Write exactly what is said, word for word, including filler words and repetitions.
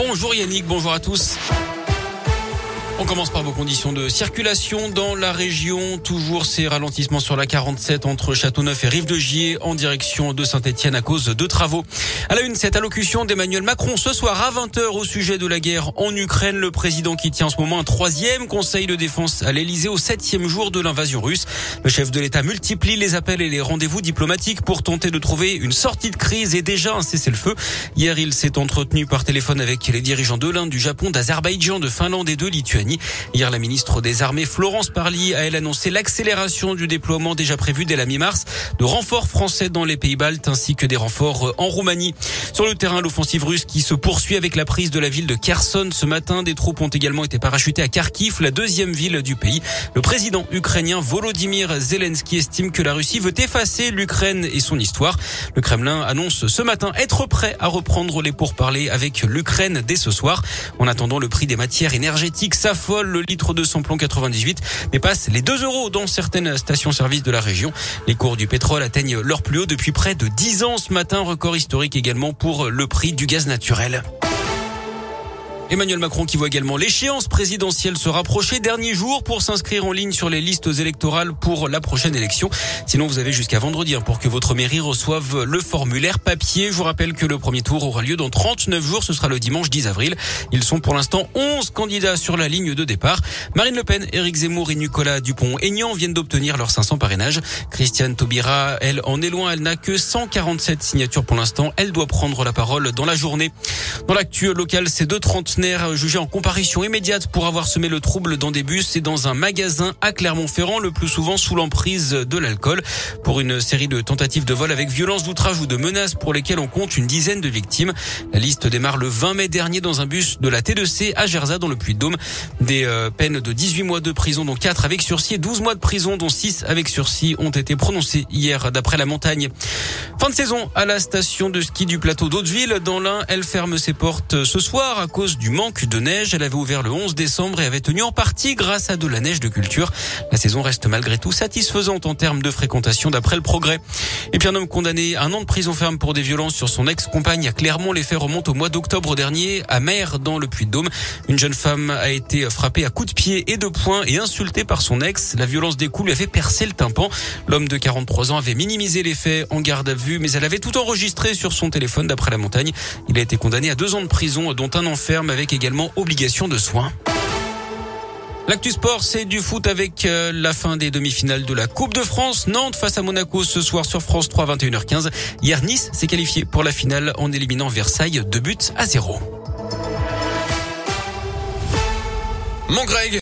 Bonjour Yannick, bonjour à tous. On commence par vos conditions de circulation dans la région. Toujours ces ralentissements sur la quarante-sept entre Châteauneuf et Rive-de-Gier en direction de Saint-Etienne à cause de travaux. À la une, cette allocution d'Emmanuel Macron ce soir à vingt heures au sujet de la guerre en Ukraine. Le président qui tient en ce moment un troisième conseil de défense à l'Elysée au septième jour de l'invasion russe. Le chef de l'État multiplie les appels et les rendez-vous diplomatiques pour tenter de trouver une sortie de crise et déjà un cessez-le-feu. Hier, il s'est entretenu par téléphone avec les dirigeants de l'Inde, du Japon, d'Azerbaïdjan, de Finlande et de Lituanie. Hier, la ministre des Armées, Florence Parly, a elle annoncé l'accélération du déploiement déjà prévu dès la mi-mars de renforts français dans les pays baltes ainsi que des renforts en Roumanie. Sur le terrain, l'offensive russe qui se poursuit avec la prise de la ville de Kherson ce matin. Des troupes ont également été parachutées à Kharkiv, la deuxième ville du pays. Le président ukrainien Volodymyr Zelensky estime que la Russie veut effacer l'Ukraine et son histoire. Le Kremlin annonce ce matin être prêt à reprendre les pourparlers avec l'Ukraine dès ce soir. En attendant, le prix des matières énergétiques s'affole. Le litre de samplon quatre-vingt-dix-huit dépasse les deux euros dans certaines stations-service de la région. Les cours du pétrole atteignent leur plus haut depuis près de dix ans ce matin. Record historique également pour le prix du gaz naturel. Emmanuel Macron qui voit également l'échéance présidentielle se rapprocher. Dernier jour pour s'inscrire en ligne sur les listes électorales pour la prochaine élection. Sinon, vous avez jusqu'à vendredi pour que votre mairie reçoive le formulaire papier. Je vous rappelle que le premier tour aura lieu dans trente-neuf jours. Ce sera le dimanche dix avril. Ils sont pour l'instant onze candidats sur la ligne de départ. Marine Le Pen, Éric Zemmour et Nicolas Dupont-Aignan viennent d'obtenir leurs cinq cents parrainages. Christiane Taubira, elle, en est loin. Elle n'a que cent quarante-sept signatures pour l'instant. Elle doit prendre la parole dans la journée. Dans l'actu locale, c'est deux trentenaires jugés en comparution immédiate pour avoir semé le trouble dans des bus et dans un magasin à Clermont-Ferrand, le plus souvent sous l'emprise de l'alcool. Pour une série de tentatives de vol avec violence, d'outrage ou de menaces pour lesquelles on compte une dizaine de victimes. La liste démarre le vingt mai dernier dans un bus de la T deux C à Gerzat dans le Puy-de-Dôme. Des euh, peines de dix-huit mois de prison, dont quatre avec sursis, et douze mois de prison, dont six avec sursis, ont été prononcés hier d'après La Montagne. Fin de saison à la station de ski du plateau d'Hauteville. Dans l'Ain, elle ferme ses portes ce soir à cause du manque de neige. Elle avait ouvert le onze décembre et avait tenu en partie grâce à de la neige de culture. La saison reste malgré tout satisfaisante en termes de fréquentation d'après le Progrès. Et puis un homme condamné à un an de prison ferme pour des violences sur son ex-compagne à Clermont. Les faits remontent au mois d'octobre dernier à Mer dans le Puy-de-Dôme. Une jeune femme a été frappée à coups de pied et de poing et insultée par son ex. La violence des coups lui avait percé le tympan. L'homme de quarante-trois ans avait minimisé les faits en garde à vue, mais elle avait tout enregistré sur son téléphone d'après La Montagne. Il a été condamné à deux ans de prison, dont un an ferme avec également obligation de soins. L'actu sport, c'est du foot avec euh, la fin des demi-finales de la Coupe de France. Nantes face à Monaco ce soir sur France trois, vingt et une heures quinze. Hier, Nice s'est qualifié pour la finale en éliminant Versailles deux buts à zéro. Mon Greg.